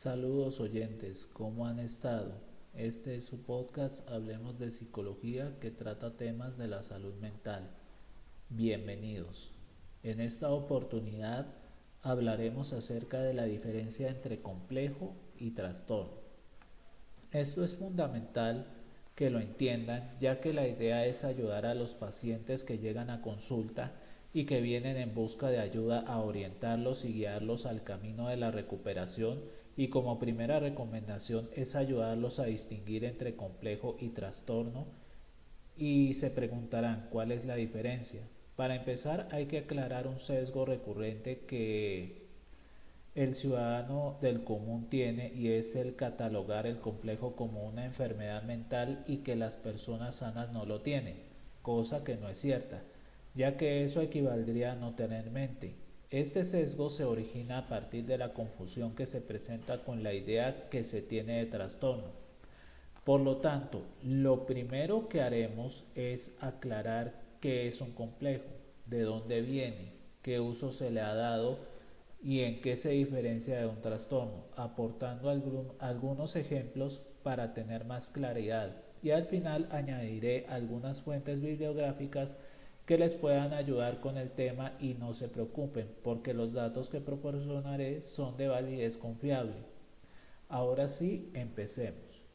Saludos oyentes, ¿cómo han estado? Este es su podcast Hablemos de Psicología que trata temas de la salud mental. Bienvenidos. En esta oportunidad hablaremos acerca de la diferencia entre complejo y trastorno. Esto es fundamental que lo entiendan, ya que la idea es ayudar a los pacientes que llegan a consulta y que vienen en busca de ayuda a orientarlos y guiarlos al camino de la recuperación, y como primera recomendación es ayudarlos a distinguir entre complejo y trastorno. Y se preguntarán cuál es la diferencia. Para empezar hay que aclarar un sesgo recurrente que el ciudadano del común tiene, y es el catalogar el complejo como una enfermedad mental y que las personas sanas no lo tienen, cosa que no es cierta, ya que eso equivaldría a no tener mente. Este sesgo se origina a partir de la confusión que se presenta con la idea que se tiene de trastorno. Por lo tanto, lo primero que haremos es aclarar qué es un complejo, de dónde viene, qué uso se le ha dado y en qué se diferencia de un trastorno, aportando algunos ejemplos para tener más claridad. Y al final añadiré algunas fuentes bibliográficas que les puedan ayudar con el tema, y no se preocupen porque los datos que proporcionaré son de validez confiable. Ahora sí, empecemos.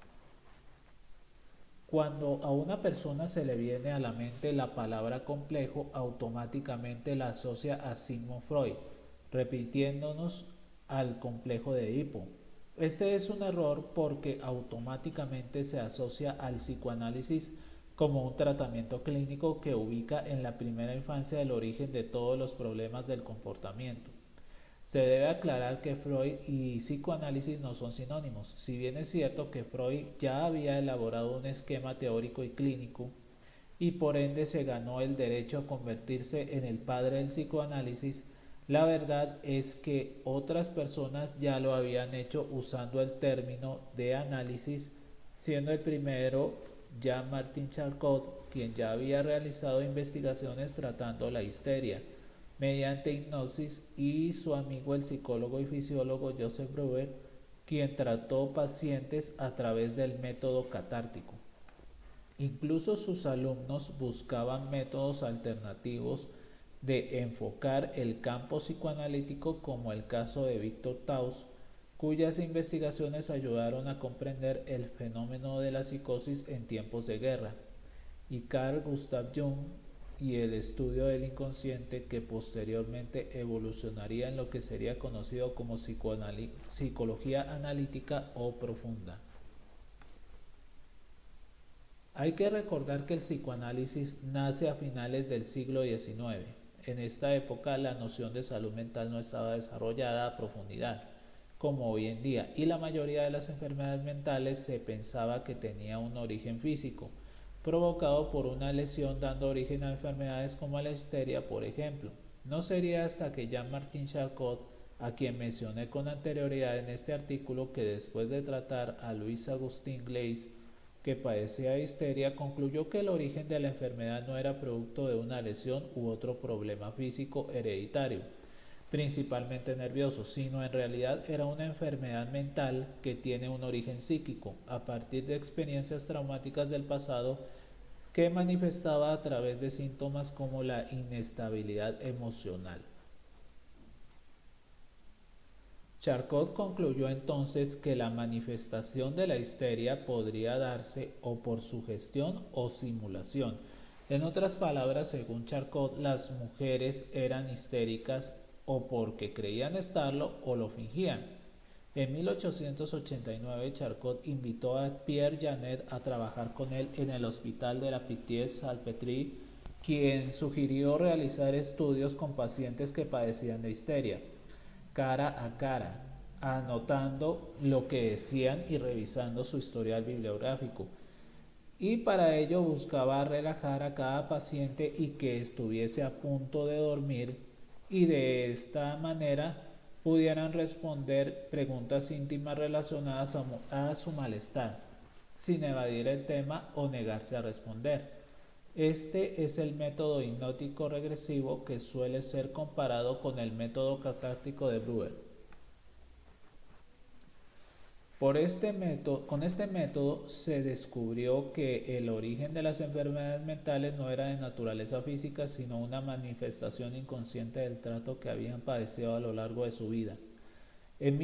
Cuando a una persona se le viene a la mente la palabra complejo, automáticamente la asocia a Sigmund Freud, repitiéndonos al complejo de Edipo. Este es un error porque automáticamente se asocia al psicoanálisis como un tratamiento clínico que ubica en la primera infancia el origen de todos los problemas del comportamiento. Se debe aclarar que Freud y psicoanálisis no son sinónimos. Si bien es cierto que Freud ya había elaborado un esquema teórico y clínico, y por ende se ganó el derecho a convertirse en el padre del psicoanálisis, la verdad es que otras personas ya lo habían hecho usando el término de análisis, siendo el primero Jean-Martin Charcot, quien ya había realizado investigaciones tratando la histeria mediante hipnosis, y su amigo el psicólogo y fisiólogo Joseph Breuer, quien trató pacientes a través del método catártico. Incluso sus alumnos buscaban métodos alternativos de enfocar el campo psicoanalítico, como el caso de Victor Taus, cuyas investigaciones ayudaron a comprender el fenómeno de la psicosis en tiempos de guerra, y Carl Gustav Jung y el estudio del inconsciente, que posteriormente evolucionaría en lo que sería conocido como psicología analítica o profunda. Hay que recordar que el psicoanálisis nace a finales del siglo XIX. En esta época la noción de salud mental no estaba desarrollada a profundidad como hoy en día, y la mayoría de las enfermedades mentales se pensaba que tenía un origen físico, provocado por una lesión, dando origen a enfermedades como la histeria, por ejemplo. No sería hasta que Jean-Martin Charcot, a quien mencioné con anterioridad en este artículo, que después de tratar a Louis Agustin Gleiss, que padecía de histeria, concluyó que el origen de la enfermedad no era producto de una lesión u otro problema físico hereditario, principalmente nervioso, sino en realidad era una enfermedad mental que tiene un origen psíquico, a partir de experiencias traumáticas del pasado, que manifestaba a través de síntomas como la inestabilidad emocional. Charcot concluyó entonces que la manifestación de la histeria podría darse o por sugestión o simulación. En otras palabras, según Charcot, las mujeres eran histéricas o porque creían estarlo o lo fingían. En 1889, Charcot invitó a Pierre Janet a trabajar con él en el hospital de la Pitié-Salpêtrière, quien sugirió realizar estudios con pacientes que padecían de histeria, cara a cara, anotando lo que decían y revisando su historial bibliográfico. Y para ello buscaba relajar a cada paciente y que estuviese a punto de dormir, y de esta manera pudieran responder preguntas íntimas relacionadas a su malestar, sin evadir el tema o negarse a responder. Este es el método hipnótico regresivo, que suele ser comparado con el método catártico de Breuer. Con este método se descubrió que el origen de las enfermedades mentales no era de naturaleza física, sino una manifestación inconsciente del trato que habían padecido a lo largo de su vida. En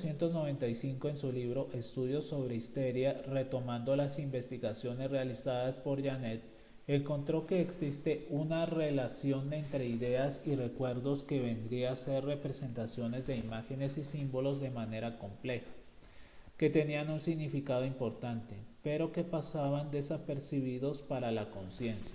1895, en su libro Estudios sobre histeria, retomando las investigaciones realizadas por Janet, encontró que existe una relación entre ideas y recuerdos que vendría a ser representaciones de imágenes y símbolos de manera compleja, que tenían un significado importante, pero que pasaban desapercibidos para la conciencia.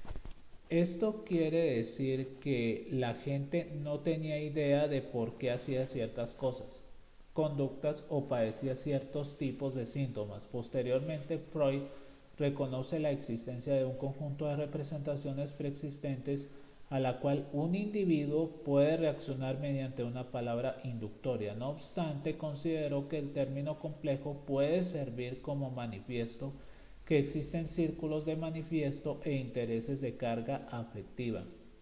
Esto quiere decir que la gente no tenía idea de por qué hacía ciertas cosas, conductas o padecía ciertos tipos de síntomas. Posteriormente, Freud reconoce la existencia de un conjunto de representaciones preexistentes a la cual un individuo puede reaccionar mediante una palabra inductoria. No obstante, consideró que el término complejo puede servir como manifiesto que existen círculos de manifiesto e intereses de carga afectiva.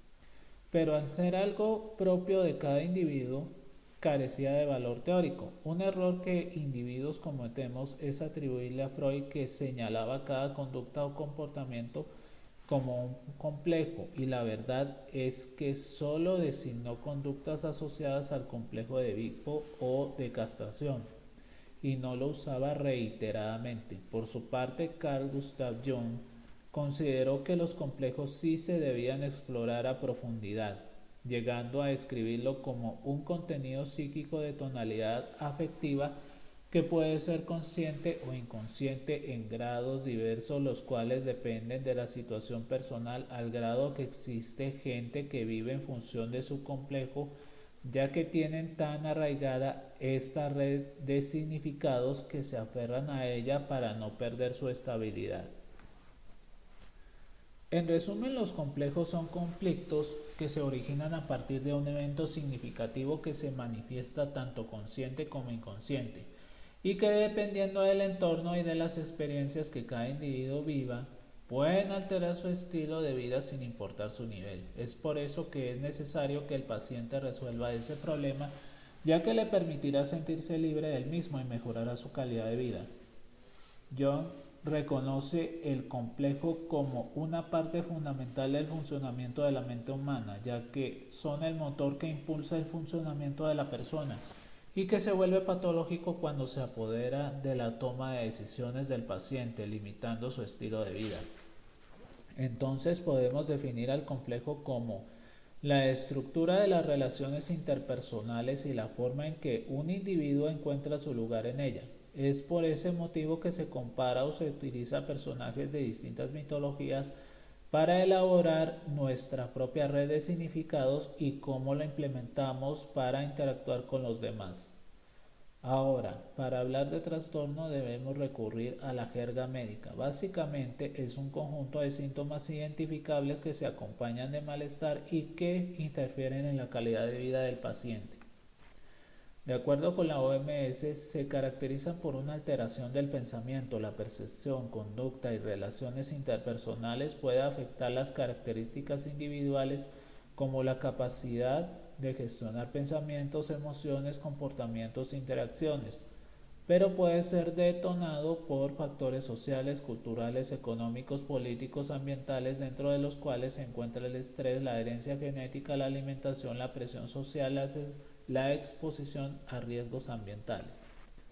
Pero al ser algo propio de cada individuo, carecía de valor teórico. Un error que individuos cometemos es atribuirle a Freud que señalaba cada conducta o comportamiento como un complejo, y la verdad es que solo designó conductas asociadas al complejo de Edipo o de castración, y no lo usaba reiteradamente. Por su parte, Carl Gustav Jung consideró que los complejos sí se debían explorar a profundidad, llegando a describirlo como un contenido psíquico de tonalidad afectiva que puede ser consciente o inconsciente en grados diversos, los cuales dependen de la situación personal, al grado que existe gente que vive en función de su complejo, ya que tienen tan arraigada esta red de significados que se aferran a ella para no perder su estabilidad. En resumen, los complejos son conflictos que se originan a partir de un evento significativo que se manifiesta tanto consciente como inconsciente, y que dependiendo del entorno y de las experiencias que cada individuo viva, pueden alterar su estilo de vida sin importar su nivel. Es por eso que es necesario que el paciente resuelva ese problema, ya que le permitirá sentirse libre del mismo y mejorará su calidad de vida. Jung reconoce el complejo como una parte fundamental del funcionamiento de la mente humana, ya que son el motor que impulsa el funcionamiento de la persona y que se vuelve patológico cuando se apodera de la toma de decisiones del paciente, limitando su estilo de vida. Entonces podemos definir al complejo como la estructura de las relaciones interpersonales y la forma en que un individuo encuentra su lugar en ella. Es por ese motivo que se compara o se utiliza personajes de distintas mitologías para elaborar nuestra propia red de significados y cómo la implementamos para interactuar con los demás. Ahora, para hablar de trastorno debemos recurrir a la jerga médica. Básicamente es un conjunto de síntomas identificables que se acompañan de malestar y que interfieren en la calidad de vida del paciente. De acuerdo con la OMS, se caracterizan por una alteración del pensamiento, la percepción, conducta y relaciones interpersonales. Puede afectar las características individuales como la capacidad de gestionar pensamientos, emociones, comportamientos e interacciones, pero puede ser detonado por factores sociales, culturales, económicos, políticos, ambientales, dentro de los cuales se encuentra el estrés, la herencia genética, la alimentación, la presión social, la exposición a riesgos ambientales.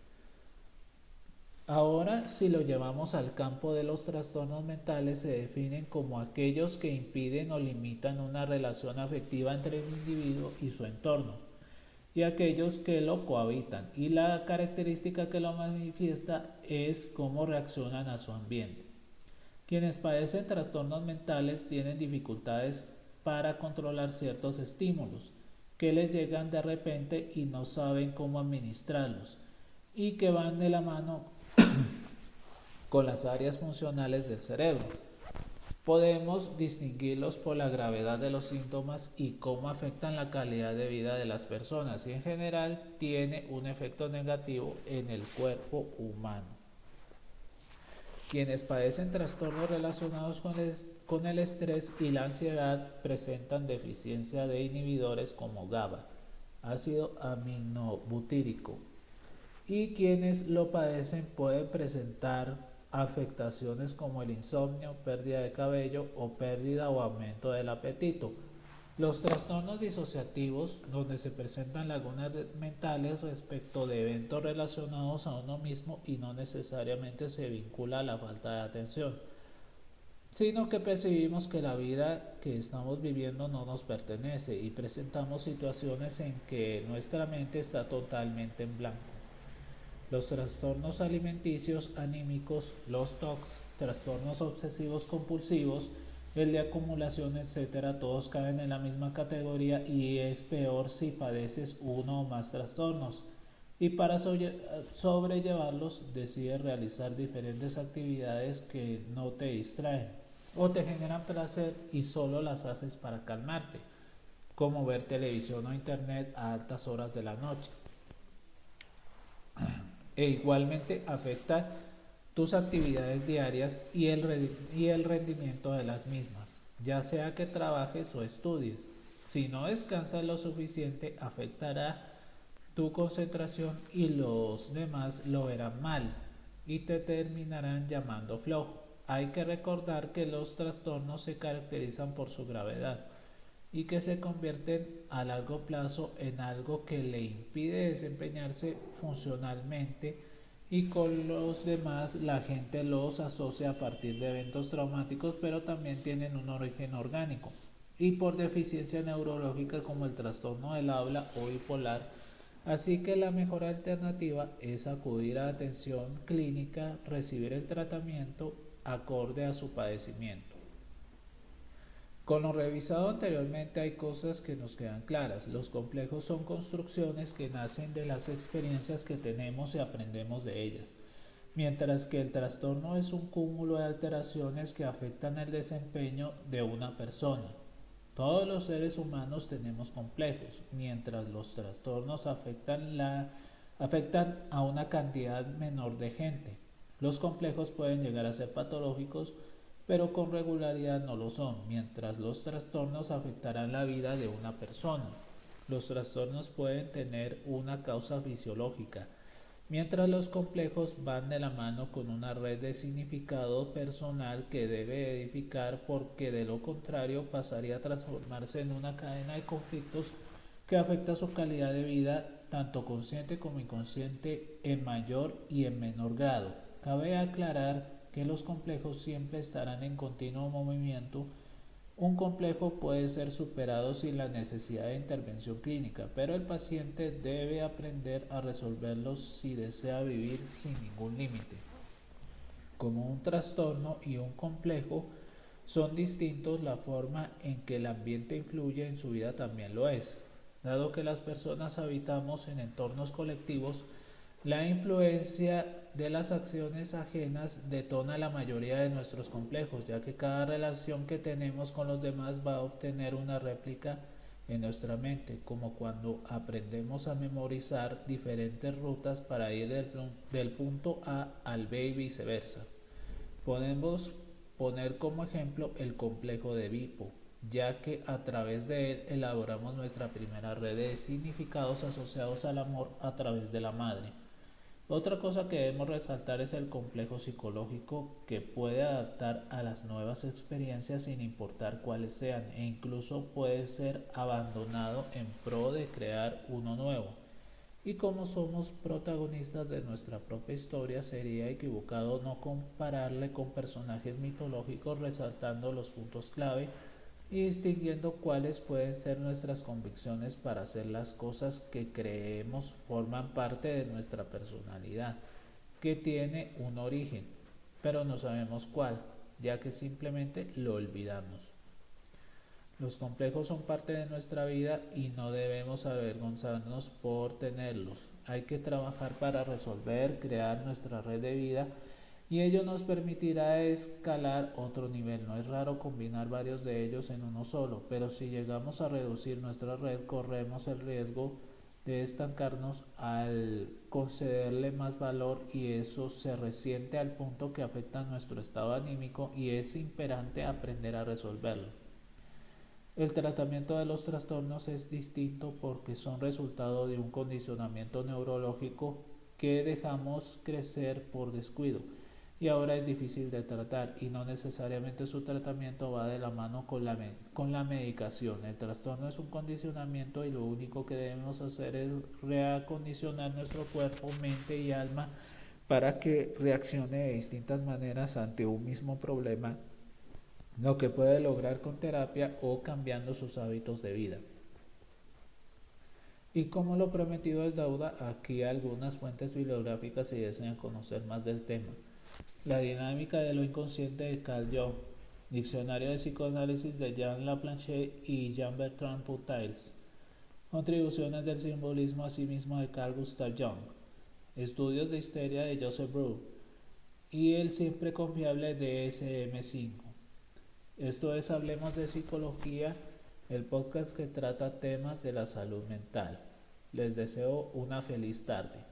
Ahora, si lo llevamos al campo de los trastornos mentales, se definen como aquellos que impiden o limitan una relación afectiva entre el individuo y su entorno, y aquellos que lo cohabitan, y la característica que lo manifiesta es cómo reaccionan a su ambiente. Quienes padecen trastornos mentales tienen dificultades para controlar ciertos estímulos que les llegan de repente y no saben cómo administrarlos, y que van de la mano con las áreas funcionales del cerebro. Podemos distinguirlos por la gravedad de los síntomas y cómo afectan la calidad de vida de las personas, y en general tiene un efecto negativo en el cuerpo humano. Quienes padecen trastornos relacionados con el estrés y la ansiedad presentan deficiencia de inhibidores como GABA, ácido aminobutírico, y quienes lo padecen pueden presentar afectaciones como el insomnio, pérdida de cabello o pérdida o aumento del apetito. Los trastornos disociativos, donde se presentan lagunas mentales respecto de eventos relacionados a uno mismo y no necesariamente se vincula a la falta de atención, sino que percibimos que la vida que estamos viviendo no nos pertenece y presentamos situaciones en que nuestra mente está totalmente en blanco. Los trastornos alimenticios, anímicos, los TOCs, trastornos obsesivos compulsivos, el de acumulación, etcétera, todos caen en la misma categoría y es peor si padeces uno o más trastornos. Y para sobrellevarlos decides realizar diferentes actividades que no te distraen o te generan placer y solo las haces para calmarte, como ver televisión o internet a altas horas de la noche. E igualmente afecta tus actividades diarias y el rendimiento de las mismas, ya sea que trabajes o estudies. Si no descansas lo suficiente, afectará tu concentración y los demás lo verán mal y te terminarán llamando flojo. Hay que recordar que los trastornos se caracterizan por su gravedad y que se convierten a largo plazo en algo que le impide desempeñarse funcionalmente y con los demás la gente los asocia a partir de eventos traumáticos, pero también tienen un origen orgánico y por deficiencia neurológica como el trastorno del habla o bipolar. Así que la mejor alternativa es acudir a atención clínica, recibir el tratamiento acorde a su padecimiento. Con lo revisado anteriormente hay cosas que nos quedan claras. Los complejos son construcciones que nacen de las experiencias que tenemos y aprendemos de ellas, mientras que el trastorno es un cúmulo de alteraciones que afectan el desempeño de una persona. Todos los seres humanos tenemos complejos, mientras los trastornos afectan a una cantidad menor de gente. Los complejos pueden llegar a ser patológicos, pero con regularidad no lo son, mientras los trastornos afectarán la vida de una persona. Los trastornos pueden tener una causa fisiológica, mientras los complejos van de la mano con una red de significado personal que debe edificar, porque de lo contrario pasaría a transformarse en una cadena de conflictos que afecta su calidad de vida, tanto consciente como inconsciente, en mayor y en menor grado. Cabe aclarar que los complejos siempre estarán en continuo movimiento. Un complejo puede ser superado sin la necesidad de intervención clínica, pero el paciente debe aprender a resolverlos si desea vivir sin ningún límite. Como un trastorno y un complejo son distintos, la forma en que el ambiente influye en su vida también lo es. Dado que las personas habitamos en entornos colectivos, la influencia de las acciones ajenas detona la mayoría de nuestros complejos, ya que cada relación que tenemos con los demás va a obtener una réplica en nuestra mente, como cuando aprendemos a memorizar diferentes rutas para ir del punto A al B y viceversa. Podemos poner como ejemplo el complejo de Edipo, ya que a través de él elaboramos nuestra primera red de significados asociados al amor a través de la madre. Otra cosa que debemos resaltar es el complejo psicológico, que puede adaptar a las nuevas experiencias sin importar cuáles sean, e incluso puede ser abandonado en pro de crear uno nuevo. Y como somos protagonistas de nuestra propia historia, sería equivocado no compararle con personajes mitológicos, resaltando los puntos clave y distinguiendo cuáles pueden ser nuestras convicciones para hacer las cosas que creemos forman parte de nuestra personalidad, que tiene un origen, pero no sabemos cuál, ya que simplemente lo olvidamos. Los complejos son parte de nuestra vida y no debemos avergonzarnos por tenerlos. Hay que trabajar para resolver, crear nuestra red de vida, y ello nos permitirá escalar otro nivel. No es raro combinar varios de ellos en uno solo, pero si llegamos a reducir nuestra red, corremos el riesgo de estancarnos al concederle más valor, y eso se resiente al punto que afecta nuestro estado anímico, y es imperante aprender a resolverlo. El tratamiento de los trastornos es distinto porque son resultado de un condicionamiento neurológico que dejamos crecer por descuido y ahora es difícil de tratar y no necesariamente su tratamiento va de la mano con la medicación. El trastorno es un condicionamiento y lo único que debemos hacer es reacondicionar nuestro cuerpo, mente y alma para que reaccione de distintas maneras ante un mismo problema, lo que puede lograr con terapia o cambiando sus hábitos de vida. Y como lo prometido es deuda, aquí algunas fuentes bibliográficas si desean conocer más del tema. La dinámica de lo inconsciente de Carl Jung, Diccionario de Psicoanálisis de Jean Laplanche y Jean-Bertrand Puttels, Contribuciones del simbolismo a sí mismo de Carl Gustav Jung, Estudios de histeria de Joseph Breuer y el siempre confiable DSM-5. Esto es Hablemos de Psicología, el podcast que trata temas de la salud mental. Les deseo una feliz tarde.